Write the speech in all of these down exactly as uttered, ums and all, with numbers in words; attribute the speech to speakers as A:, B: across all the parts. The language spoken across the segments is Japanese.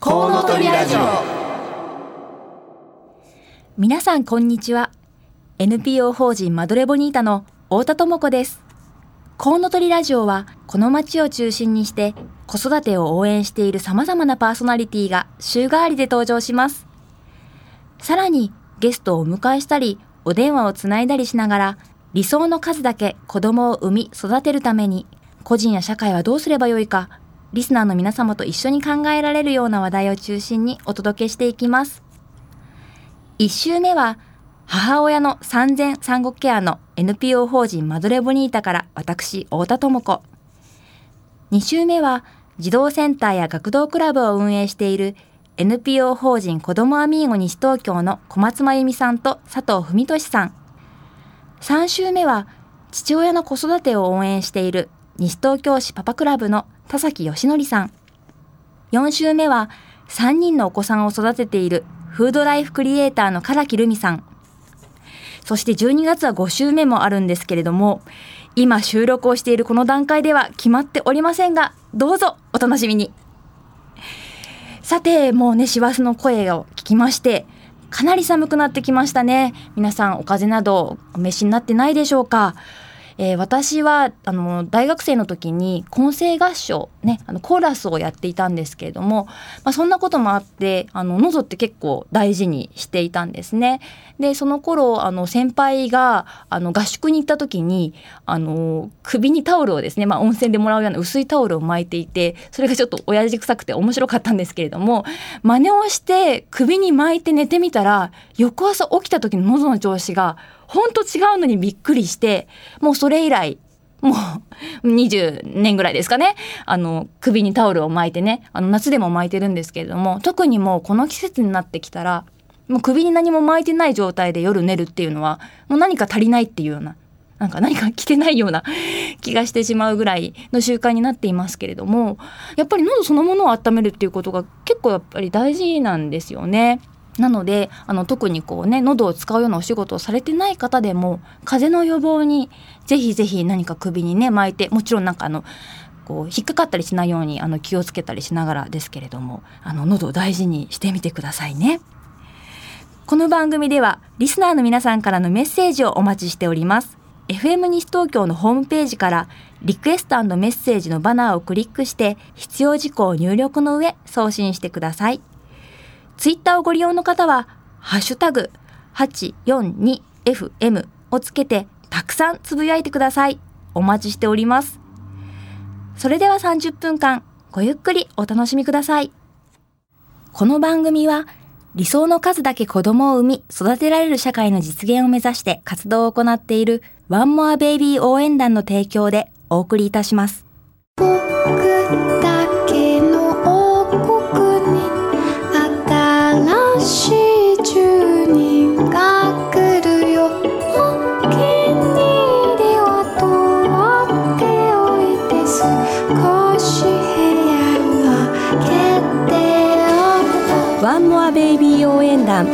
A: コウノトリラジオ。
B: 皆さんこんにちは。 エヌピーオー 法人マドレボニータの太田智子です。コウノトリラジオはこの町を中心にして子育てを応援している様々なパーソナリティが週替わりで登場します。さらにゲストをお迎えしたりお電話をつないだりしながら、理想の数だけ子供を産み育てるために個人や社会はどうすればよいか、リスナーの皆様と一緒に考えられるような話題を中心にお届けしていきます。いっ週目は母親の産前産後ケアの エヌピーオー 法人マドレボニータから私太田智子。に週目は児童センターや学童クラブを運営している エヌピーオー 法人子どもアミーゴ西東京の小松真由美さんと佐藤文俊さん。さん週目は父親の子育てを応援している西東京市パパクラブの田崎義則さん。よん週目はさんにんのお子さんを育てているフードライフクリエイターの唐木留美さん。そしてじゅうにがつはご週目もあるんですけれども、今収録をしているこの段階では決まっておりませんが、どうぞお楽しみに。さて、もうね、師走の声を聞きまして、かなり寒くなってきましたね。皆さんお風邪などお召しになってないでしょうか。えー、私はあの大学生の時に混声合唱、ね、あのコーラスをやっていたんですけれども、まあ、そんなこともあってあの喉って結構大事にしていたんですね。でその頃あの先輩があの合宿に行った時にあの首にタオルをですね、まあ、温泉でもらうような薄いタオルを巻いていて、それがちょっと親父臭くて面白かったんですけれども、真似をして首に巻いて寝てみたら、翌朝起きた時の喉の調子が本当違うのにびっくりして、もうそれ以来もうにじゅうねんぐらいですかね、あの首にタオルを巻いてね、あの夏でも巻いてるんですけれども、特にもうこの季節になってきたらもう首に何も巻いてない状態で夜寝るっていうのはもう何か足りないっていうような、なんか何か着てないような気がしてしまうぐらいの習慣になっていますけれども、やっぱり喉そのものを温めるっていうことが結構やっぱり大事なんですよね。なのであの特にこうね、喉を使うようなお仕事をされてない方でも風邪の予防にぜひぜひ何か首にね巻いて、もちろんなんかあのこう引っかかったりしないようにあの気をつけたりしながらですけれども、あの喉を大事にしてみてくださいね。この番組ではリスナーの皆さんからのメッセージをお待ちしております。 エフエム 西東京のホームページからリクエスト&メッセージのバナーをクリックして必要事項を入力の上送信してください。ツイッターをご利用の方はハッシュタグ はちよんにエフエム をつけてたくさんつぶやいてください。お待ちしております。それではさんじゅっぷんかんごゆっくりお楽しみください。この番組は理想の数だけ子供を産み育てられる社会の実現を目指して活動を行っているワンモアベイビー応援団の提供でお送りいたします。
C: 僕だけの王国に新しい住人が来るよ。お気に入りは取っておいて、少し部屋を開けておくと。
B: ワンモアベイビー応援団。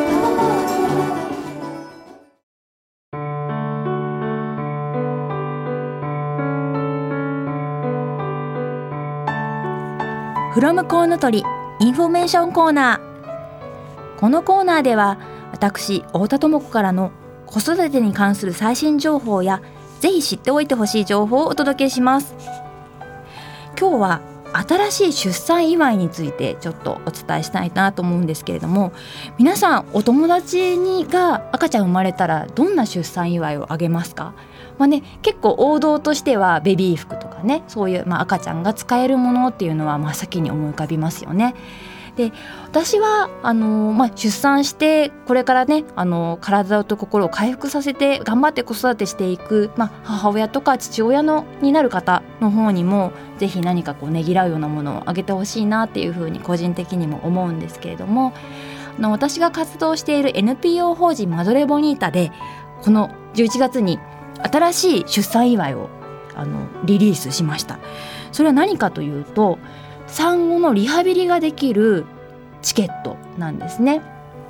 B: フロムコウノトリインフォメーションコーナー。このコーナーでは私太田智子からの子育てに関する最新情報やぜひ知っておいてほしい情報をお届けします。今日は新しい出産祝いについてちょっとお伝えしたいなと思うんですけれども、皆さんお友達にが赤ちゃん生まれたらどんな出産祝いをあげますか？まあね、結構王道としてはベビー服とかね、そういう、まあ、赤ちゃんが使えるものっていうのは真っ先に思い浮かびますよね。で私はあの、まあ、出産してこれからねあの体と心を回復させて頑張って子育てしていく、まあ、母親とか父親のになる方の方にもぜひ何かこうねぎらうようなものをあげてほしいなっていうふうに個人的にも思うんですけれども、あの私が活動している エヌピーオー 法人マドレボニータでこのじゅういちがつに新しい出産祝いをあのリリースしました。それは何かというと、産後のリハビリができるチケットなんですね。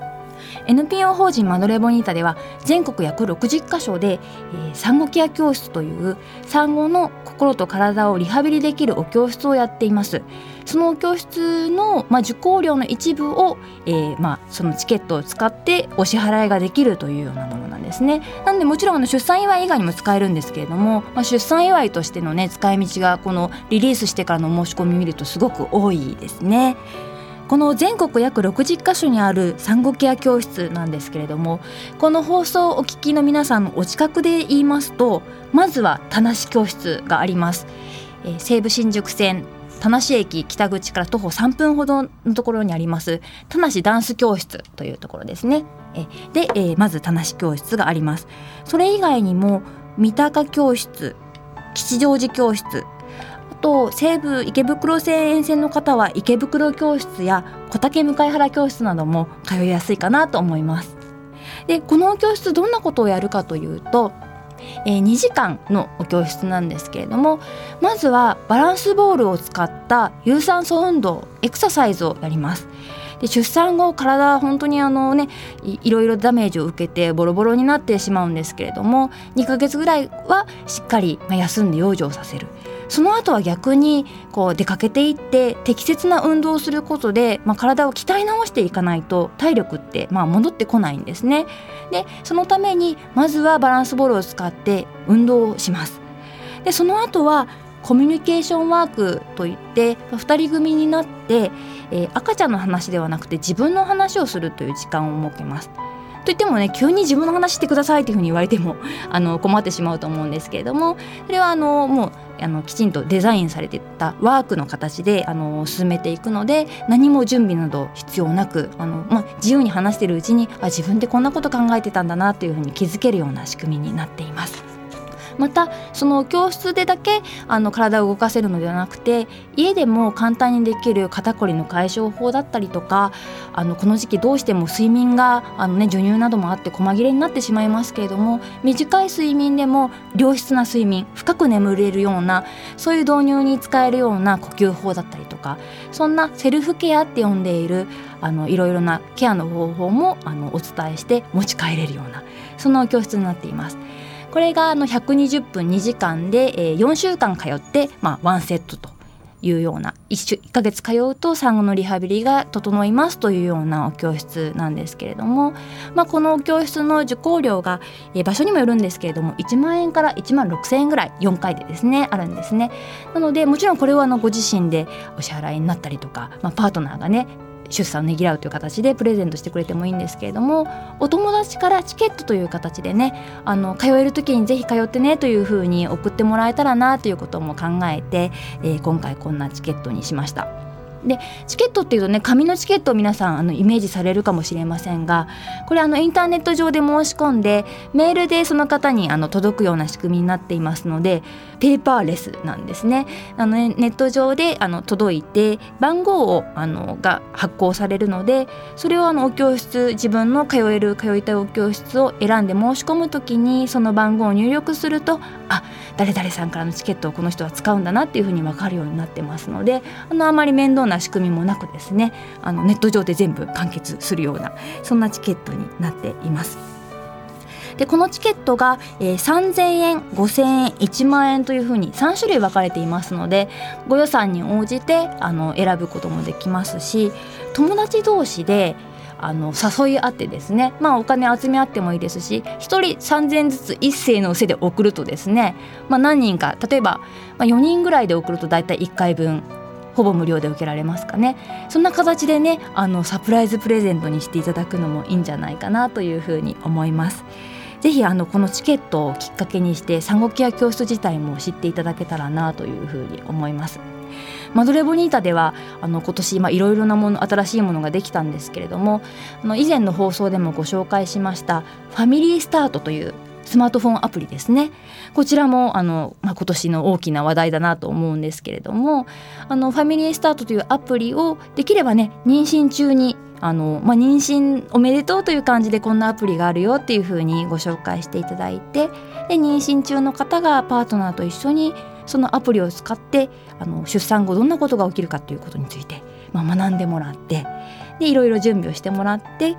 B: エヌピーオー 法人マドレボニータでは全国約ろくじゅっかしょで、えー、産後ケア教室という産後の心と体をリハビリできるお教室をやっています。その教室の、まあ、受講料の一部を、えーまあ、そのチケットを使ってお支払いができるというようなものなんですね。なのでもちろんあの出産祝い以外にも使えるんですけれども、まあ、出産祝いとしての、ね、使い道がこのリリースしてからの申し込み見るとすごく多いですね。この全国約ろくじゅっかしょにある産後ケア教室なんですけれども、この放送をお聞きの皆さんのお近くで言いますと、まずは田無教室があります。えー、西武新宿線田無駅北口から徒歩さんぷんほどのところにあります田無ダンス教室というところですね。えで、えー、まず田無教室があります。それ以外にも三鷹教室、吉祥寺教室、あと西武池袋線沿線の方は池袋教室や小竹向原教室なども通いやすいかなと思います。でこの教室どんなことをやるかというと、えー、にじかんのお教室なんですけれども、まずはバランスボールを使った有酸素運動エクササイズをやります。で出産後体本当にあの、ね、い, いろいろダメージを受けてボロボロになってしまうんですけれども、にかげつぐらいはしっかり休んで養生させる。その後は逆にこう出かけていって適切な運動をすることで、まあ、体を鍛え直していかないと体力ってまあ戻ってこないんですね。でそのためにまずはバランスボールを使って運動をします。でその後はコミュニケーションワークといってふたり組になって、えー、赤ちゃんの話ではなくて自分の話をするという時間を設けます。といってもね、急に自分の話してくださいというふうに言われてもあの困ってしまうと思うんですけれども、それはあのもうあのきちんとデザインされていったワークの形であの進めていくので、何も準備など必要なくあの、まあ、自由に話しているうちにあ自分でこんなこと考えてたんだなというふうに気づけるような仕組みになっています。またその教室でだけあの体を動かせるのではなくて、家でも簡単にできる肩こりの解消法だったりとか、あのこの時期どうしても睡眠があの、ね、授乳などもあって細切れになってしまいますけれども、短い睡眠でも良質な睡眠、深く眠れるようなそういう導入に使えるような呼吸法だったりとか、そんなセルフケアって呼んでいるあのいろいろなケアの方法もあのお伝えして持ち帰れるようなそんな教室になっています。これがあのひゃくにじゅっぷんにじかんで、えー、よんしゅうかん通って、まあ、ワンセットというような 1, いっかげつ通うと産後のリハビリが整いますというようなお教室なんですけれども、まあ、このお教室の受講料が、えー、場所にもよるんですけれどもいちまんえんからいちまんろくせんえんぐらいよんかいでですねあるんですね。なのでもちろんこれはあのご自身でお支払いになったりとか、まあ、パートナーがね出産をねぎらうという形でプレゼントしてくれてもいいんですけれども、お友達からチケットという形でねあの通える時にぜひ通ってねというふうに送ってもらえたらなということも考えて、えー、今回こんなチケットにしました。でチケットっていうとね紙のチケットを皆さんあのイメージされるかもしれませんが、これあのインターネット上で申し込んでメールでその方にあの届くような仕組みになっていますので、ペーパーレスなんですね。あのねネット上であの届いて番号をあのが発行されるので、それをあのお教室自分の通える通いたいお教室を選んで申し込むときにその番号を入力すると、あ誰々さんからのチケットをこの人は使うんだなっていうふうに分かるようになってますので、あのあまり面倒な仕組みもなくですねあのネット上で全部完結するようなそんなチケットになっています。でこのチケットが、えー、さんぜんえん、ごせんえん、いちまんえんというふうにさんしゅるい分かれていますので、ご予算に応じてあの選ぶこともできますし、友達同士であの誘い合ってですね、まあ、お金集め合ってもいいですし、ひとりさんぜんえんずつ一斉のせで送るとですね、まあ、何人か例えば、まあ、よにんぐらいで送るとだいたいいっかいぶんほぼ無料で受けられますかね。そんな形でねあのサプライズプレゼントにしていただくのもいいんじゃないかなというふうに思います。ぜひあのこのチケットをきっかけにして産後ケア教室自体も知っていただけたらなというふうに思います。マドレボニータではあの今年いろいろなもの新しいものができたんですけれども、あの以前の放送でもご紹介しましたファミリースタートというスマートフォンアプリですね。こちらもあの、まあ、今年の大きな話題だなと思うんですけれども、あのファミリースタートというアプリをできればね妊娠中にあの、まあ、妊娠おめでとうという感じでこんなアプリがあるよっていう風にご紹介していただいて、で妊娠中の方がパートナーと一緒にそのアプリを使ってあの出産後どんなことが起きるかということについて、まあ、学んでもらって、でいろいろ準備をしてもらって、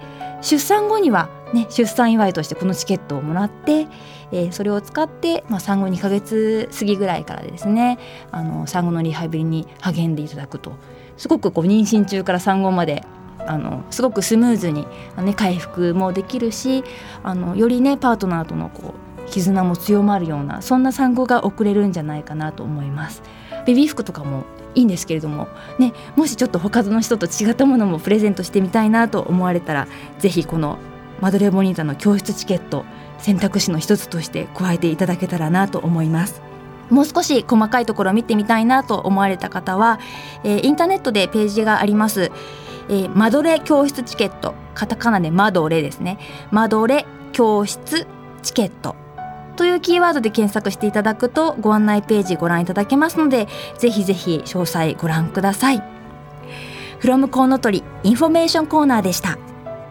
B: 出産後には、ね、出産祝いとしてこのチケットをもらって、えー、それを使って、まあ、産後にかげつ過ぎぐらいからですね、あの産後のリハビリに励んでいただくと、すごくこう妊娠中から産後まであのすごくスムーズに、ね、回復もできるし、あのよりねパートナーとのこう絆も強まるような、そんな産後が送れるんじゃないかなと思います。ベビー服とかもいいんですけれども、ね、もしちょっと他の人と違ったものもプレゼントしてみたいなと思われたら、ぜひこのマドレーボニータの教室チケット、選択肢の一つとして加えていただけたらなと思います。もう少し細かいところを見てみたいなと思われた方は、えー、インターネットでページがあります、えー、マドレ教室チケット、カタカナでマドレですね、マドレ教室チケットというキーワードで検索していただくとご案内ページご覧いただけますので、ぜひぜひ詳細ご覧ください。from コウノトリインフォメーションコーナーでした。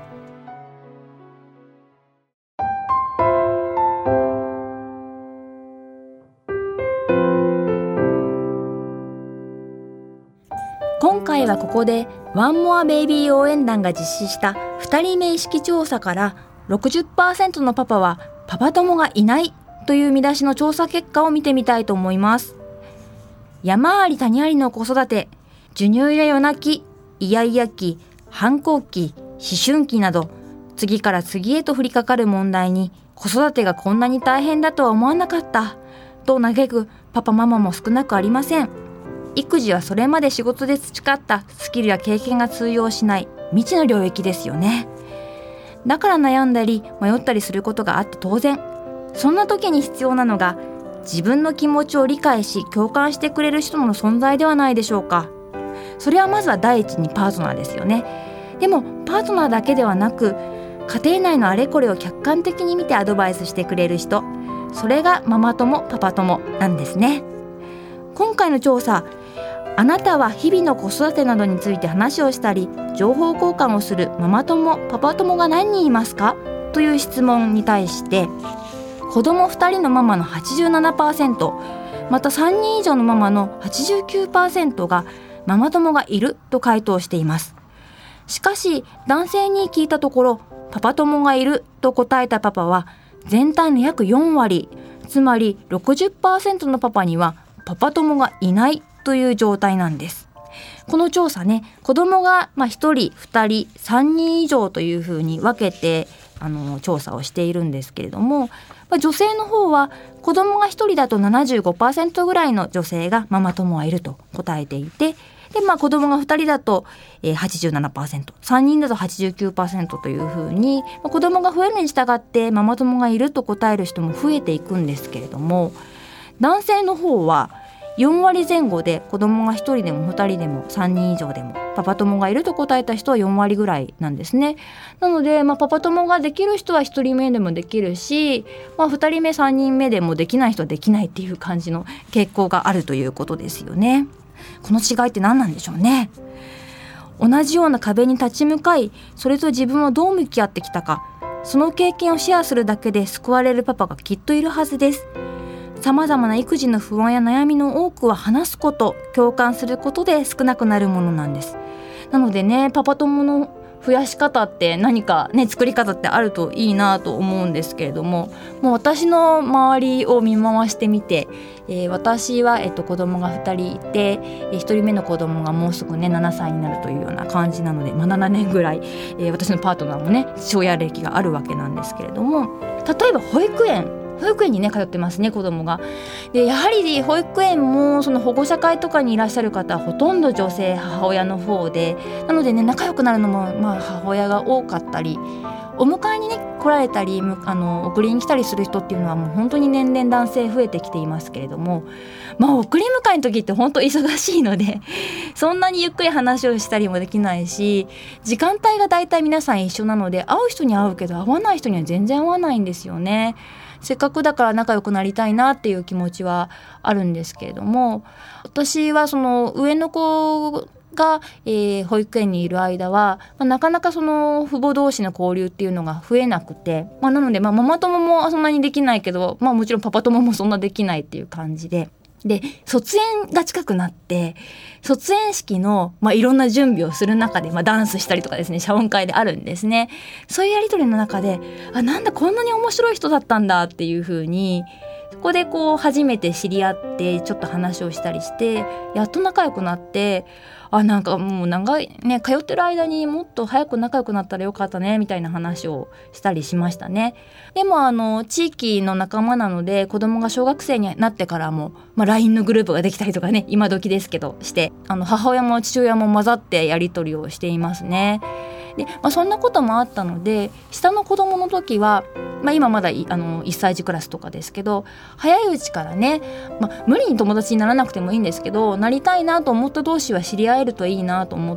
B: 今回はここでワンモアベイビー応援団が実施したふたりめ意識調査から ろくじゅっパーセント のパパはパパ友がいないという見出しの調査結果を見てみたいと思います。山あり谷ありの子育て、授乳や夜泣き、イヤイヤ期、反抗期、思春期など、次から次へと降りかかる問題に、子育てがこんなに大変だとは思わなかったと嘆くパパママも少なくありません。育児はそれまで仕事で培ったスキルや経験が通用しない未知の領域ですよね。だから悩んだり迷ったりすることがあって当然。そんな時に必要なのが、自分の気持ちを理解し共感してくれる人の存在ではないでしょうか。それはまずは第一にパートナーですよね。でもパートナーだけではなく、家庭内のあれこれを客観的に見てアドバイスしてくれる人、それがママ友パパ友なんですね。今回の調査、あなたは日々の子育てなどについて話をしたり情報交換をするママ友パパ友が何人いますかという質問に対して、子供ふたりのママの はちじゅうななパーセント、またさんにん以上のママの はちじゅうきゅうパーセント がママ友がいると回答しています。しかし男性に聞いたところ、パパ友がいると答えたパパは全体の約よんわり、つまり ろくじゅっパーセント のパパにはパパ友がいないという状態なんです。この調査ね、子供がまあひとり、ふたり、さんにん以上というふうに分けてあの調査をしているんですけれども、まあ、女性の方は子供がひとりだと ななじゅうごパーセント ぐらいの女性がママ友はいると答えていて、で、まあ、子供がふたりだと、えー、はちじゅうななパーセント、さんにんだと はちじゅうきゅうパーセント というふうに、まあ、子供が増えるに従ってママ友がいると答える人も増えていくんですけれども、男性の方はよんわりぜん後で子供がひとりでもふたりでもさんにん以上でもパパ友がいると答えた人はよんわりぐらいなんですね。なので、まあ、パパ友ができる人はひとりめでもできるし、まあ、ふたりめさんにんめでもできない人はできないっていう感じの傾向があるということですよね。この違いって何なんでしょうね。同じような壁に立ち向かい、それと自分はどう向き合ってきたか、その経験をシェアするだけで救われるパパがきっといるはずです。さまざまな育児の不安や悩みの多くは話すこと、共感することで少なくなるものなんです。なのでね、パパ友の増やし方って何かね、作り方ってあるといいなと思うんですけれども、もう私の周りを見回してみて、えー、私は、えっと、子供がふたりいて、えー、ひとりめの子供がもうすぐねななさいになるというような感じなので、まあ、ななねんぐらい、えー、私のパートナーもね父親歴があるわけなんですけれども、例えば保育園保育園にね通ってますね、子供が。でやはり保育園もその保護者会とかにいらっしゃる方はほとんど女性、母親の方で、なのでね仲良くなるのもまあ母親が多かったり、お迎えにね来られたりあの送りに来たりする人っていうのはもう本当に年々男性増えてきていますけれども、まあ送り迎えの時って本当忙しいのでそんなにゆっくり話をしたりもできないし、時間帯がだいたい皆さん一緒なので、会う人に会うけど会わない人には全然会わないんですよね。せっかくだから仲良くなりたいなっていう気持ちはあるんですけれども、私はその上の子が、えー、保育園にいる間は、まあ、なかなかその父母同士の交流っていうのが増えなくて、まあ、なので、まあ、ママ友もそんなにできないけど、まあ、もちろんパパ友もそんなできないっていう感じで、 で卒園が近くなって卒園式の、まあ、いろんな準備をする中で、まあ、ダンスしたりとかですね、謝恩会であるんですね。そういうやり取りの中で、あ、なんだこんなに面白い人だったんだっていう風に、そこでこう初めて知り合ってちょっと話をしたりして、やっと仲良くなって、あ、なんかもう長いね、通ってる間にもっと早く仲良くなったらよかったねみたいな話をしたりしましたね。でもあの地域の仲間なので、子供が小学生になってからも、まあ、ライン のグループができたりとかね、今時ですけどして、あの母親も父親も混ざってやり取りをしていますね。で、まあ、そんなこともあったので、下の子供の時は、まあ、今まだいあのいっさい児クラスとかですけど、早いうちからね、まあ、無理に友達にならなくてもいいんですけど、なりたいなと思った同士は知り合えるといいなと思って、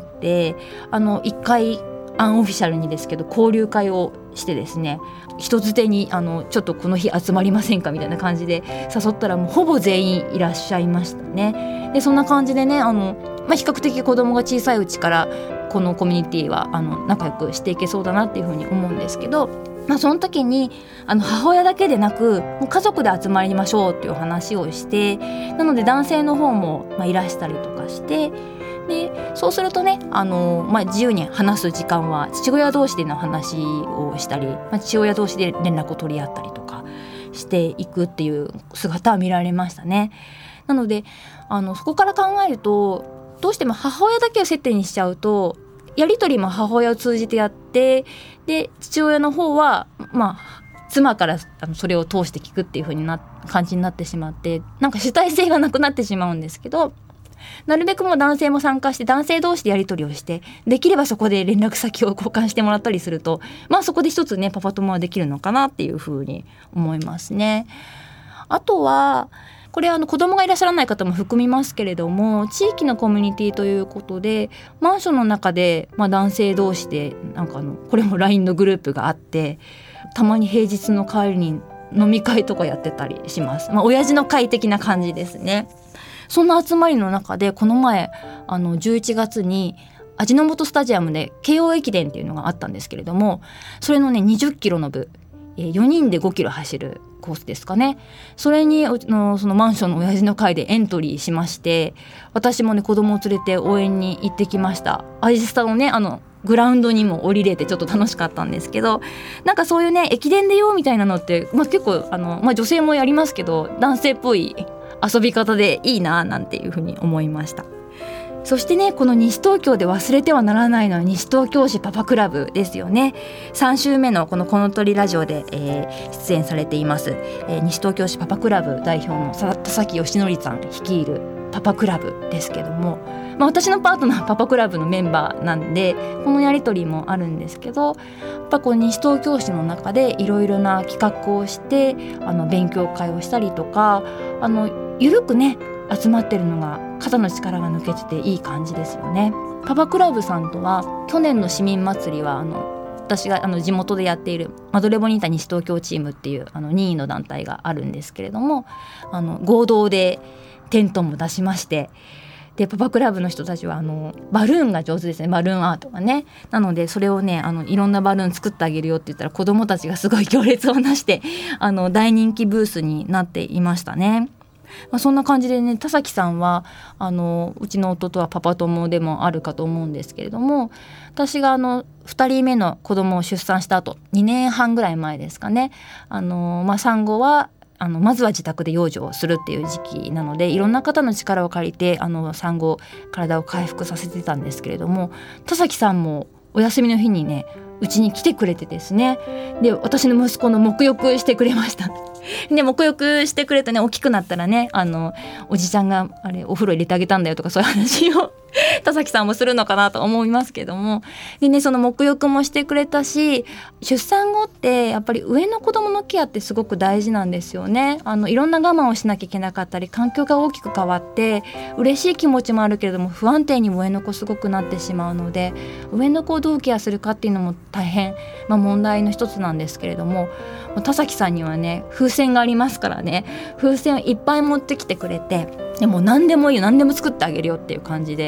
B: あのいっかいアンオフィシャルにですけど交流会をしてですね、人づてにあのちょっとこの日集まりませんかみたいな感じで誘ったら、もうほぼ全員いらっしゃいましたね。でそんな感じでね、あの、まあ、比較的子供が小さいうちからこのコミュニティはあの仲良くしていけそうだなっていうふうに思うんですけど、まあ、その時にあの母親だけでなく、もう家族で集まりましょうっていう話をして、なので男性の方も、まあ、いらしたりとかして、でそうするとね、あの、まあ、自由に話す時間は父親同士での話をしたり、まあ、父親同士で連絡を取り合ったりとかしていくっていう姿は見られましたね。なのであのそこから考えると、どうしても母親だけを接点にしちゃうと、やり取りも母親を通じてやって、で父親の方はまあ妻からあのそれを通して聞くっていう風にな感じになってしまって、なんか主体性がなくなってしまうんですけど、なるべくもう男性も参加して、男性同士でやり取りをして、できればそこで連絡先を交換してもらったりすると、まあそこで一つねパパ友はできるのかなっていう風に思いますね。あとはこれはあの子供がいらっしゃらない方も含みますけれども、地域のコミュニティということで、マンションの中で、まあ、男性同士でなんかあのこれも ライン のグループがあって、たまに平日の帰りに飲み会とかやってたりします。まあ、親父の会的な感じですね。そんな集まりの中で、この前あのじゅういちがつに味の素スタジアムで慶応駅伝っていうのがあったんですけれども、それのねにじゅっキロの部、よにんでごキロ走るコースですかね。それにのそのマンションの親父の会でエントリーしまして、私もね子供を連れて応援に行ってきました。アジスタのねあのグラウンドにも降りれてちょっと楽しかったんですけど、なんかそういうね駅伝でよみたいなのって、まあ、結構あの、まあ、女性もやりますけど、男性っぽい遊び方でいいななんていうふうに思いました。そしてね、この西東京で忘れてはならないのは西東京市パパクラブですよね。さん週目のこのこの鳥ラジオで、えー、出演されています、えー、西東京市パパクラブ代表の田崎義則さん率いるパパクラブですけども、まあ、私のパートナーパパクラブのメンバーなんで、このやり取りもあるんですけど、やっぱこう西東京市の中でいろいろな企画をして、あの勉強会をしたりとか、あのゆるくね集まってるのが肩の力が抜けてていい感じですよね。パパクラブさんとは去年の市民祭りはあの私があの地元でやっているマドレボニータ西東京チームっていうあの任意の団体があるんですけれども、あの合同でテントも出しまして、でパパクラブの人たちはあのバルーンが上手ですね。バルーンアートがね。なのでそれをねあのいろんなバルーン作ってあげるよって言ったら、子どもたちがすごい行列をなしてあの大人気ブースになっていましたね。まあ、そんな感じでね、田崎さんはあのうちの夫とはパパ友でもあるかと思うんですけれども、私があのふたりめの子供を出産した後にねんはんぐらい前ですかね、あの、まあ、産後はあのまずは自宅で養生をするっていう時期なので、いろんな方の力を借りてあの産後体を回復させてたんですけれども、田崎さんもお休みの日にねうちに来てくれてですね、で私の息子の沐浴してくれましたで沐浴してくれてね、大きくなったらねあのおじちゃんがあれお風呂入れてあげたんだよとか、そういう話を田崎さんもするのかなと思いますけども、でねその沐浴もしてくれたし、出産後ってやっぱり上の子供のケアってすごく大事なんですよね。あのいろんな我慢をしなきゃいけなかったり、環境が大きく変わって嬉しい気持ちもあるけれども不安定にも上の子すごくなってしまうので、上の子をどうケアするかっていうのも大変、まあ、問題の一つなんですけれども、田崎さんにはね風船がありますからね、風船をいっぱい持ってきてくれて、でも何でもいいよ何でも作ってあげるよっていう感じで、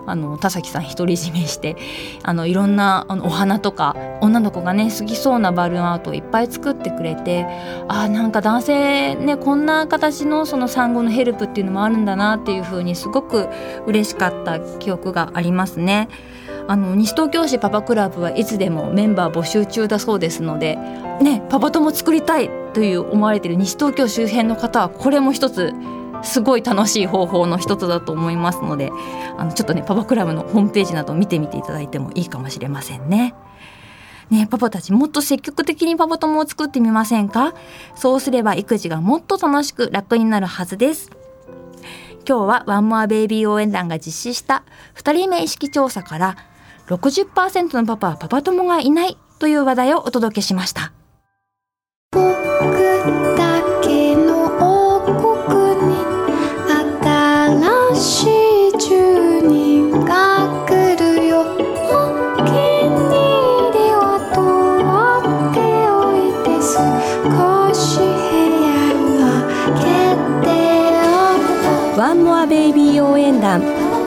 B: あの田崎さん独り占めしてあのいろんなあのお花とか女の子がね好きそうなバルーンアートをいっぱい作ってくれて、あなんか男性ねこんな形のその産後のヘルプっていうのもあるんだなっていう風にすごく嬉しかった記憶がありますね。あの西東京市パパクラブはいつでもメンバー募集中だそうですので、ね、パパ友作りたいという思われている西東京周辺の方はこれも一つすごい楽しい方法の一つだと思いますので、あのちょっとねパパクラブのホームページなど見てみていただいてもいいかもしれませんね。ね、パパたちもっと積極的にパパ友を作ってみませんか？そうすれば育児がもっと楽しく楽になるはずです。今日はワンモアベイビー応援団が実施したふたりめ意識調査から ろくじゅっパーセント のパパはパパ友がいないという話題をお届けしました。
C: 僕だけの王国に新しい住人が来るよ。お気に入りは取っておいて少し部屋を開けておく。
A: ワンモアベイビー応援団。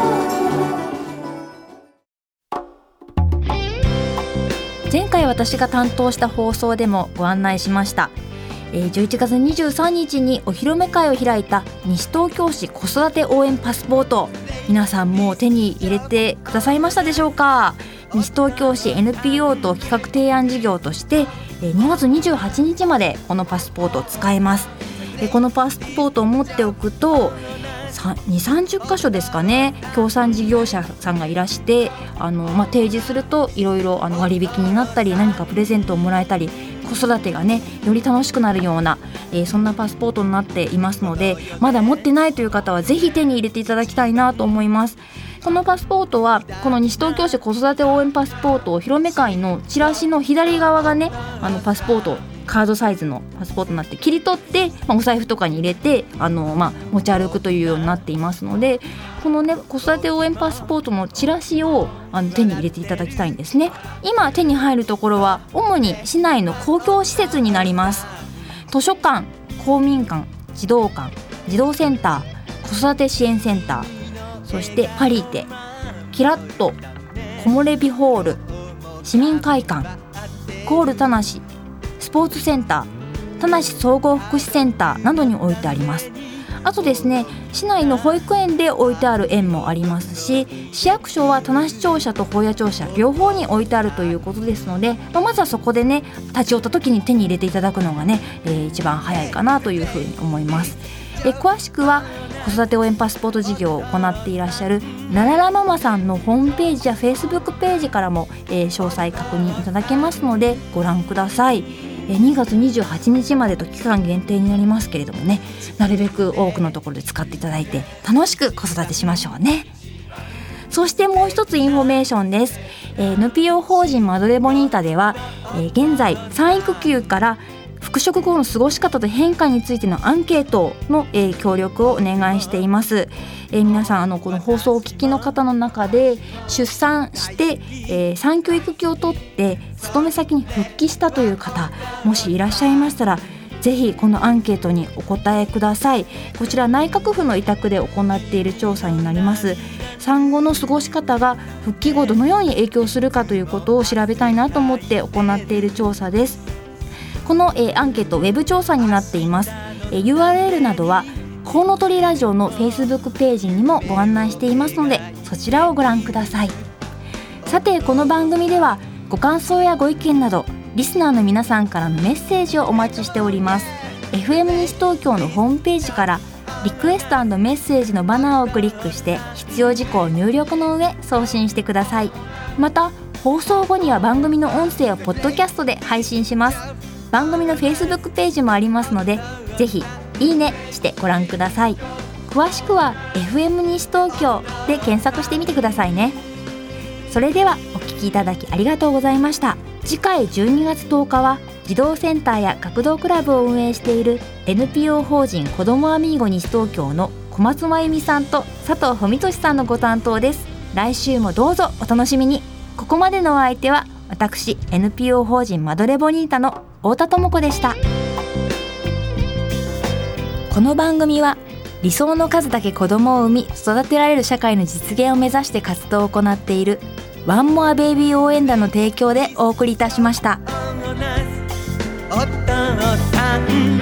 B: 前回私が担当した放送でもご案内しました、えー、じゅういちがつにじゅうさんにちにお披露目会を開いた西東京市子育て応援パスポート、皆さんもう手に入れてくださいましたでしょうか？西東京市 エヌピーオー と企画提案事業としてにがつにじゅうはちにちまでこのパスポートを使えます。このパスポートを持っておくとにじゅう、さんじゅっかしょですかね、協賛事業者さんがいらしてあの、まあ、提示するといろいろあの割引になったり何かプレゼントをもらえたり子育てがねより楽しくなるような、えー、そんなパスポートになっていますので、まだ持ってないという方はぜひ手に入れていただきたいなと思います。このパスポートはこの西東京市子育て応援パスポートお披露目会のチラシの左側がねあのパスポートカードサイズのパスポートになって切り取って、まあ、お財布とかに入れてあの、まあ、持ち歩くというようになっていますので、このね子育て応援パスポートのチラシをあの手に入れていただきたいんですね。今手に入るところは主に市内の公共施設になります。図書館、公民館、児童館、児童センター、子育て支援センター、そしてパリテ、キラッと、木漏れ日ホール、市民会館、コール田無、スポーツセンター、田無総合福祉センターなどに置いてあります。あとですね、市内の保育園で置いてある園もありますし、市役所は田無庁舎と保谷庁舎両方に置いてあるということですので、まあ、まずはそこでね立ち寄った時に手に入れていただくのがね、えー、一番早いかなというふうに思います。え詳しくは子育て応援パスポート事業を行っていらっしゃるラララママさんのホームページやフェイスブックページからも、えー、詳細確認いただけますのでご覧ください。にがつにじゅうはちにちまでと期間限定になりますけれどもね、なるべく多くのところで使っていただいて楽しく子育てしましょうね。そしてもう一つインフォメーションです。 エヌピーオー 法人マドレボニータでは、えー、現在産育休から復職後の過ごし方と変化についてのアンケートの、えー、協力をお願いしています。えー、皆さんあのこの放送をお聞きの方の中で出産して、えー、産休育休を取って勤め先に復帰したという方もしいらっしゃいましたら、ぜひこのアンケートにお答えください。こちら内閣府の委託で行っている調査になります。産後の過ごし方が復帰後どのように影響するかということを調べたいなと思って行っている調査です。この、えー、アンケートウェブ調査になっています。えー、ユーアールエル などはコウノトリラジオの Facebook ページにもご案内していますので、そちらをご覧ください。さてこの番組ではご感想やご意見などリスナーの皆さんからのメッセージをお待ちしております。 エフエム 西東京のホームページからリクエスト&メッセージのバナーをクリックして必要事項を入力の上送信してください。また放送後には番組の音声をポッドキャストで配信します。番組の Facebook ページもありますので、ぜひいいねしてご覧ください。詳しくは エフエム 西東京で検索してみてくださいね。それではお聞きいただきありがとうございました。次回じゅうにがつとおかは児童センターや学童クラブを運営している エヌピーオー 法人子どもアミーゴ西東京の小松真由美さんと佐藤文俊さんのご担当です。来週もどうぞお楽しみに。ここまでのお相手は私 エヌピーオー 法人マドレボニータの太田智子でした。この番組は理想の数だけ子供を産み育てられる社会の実現を目指して活動を行っているワンモアベイビー応援団の提供でお送りいたしました。
D: お父さん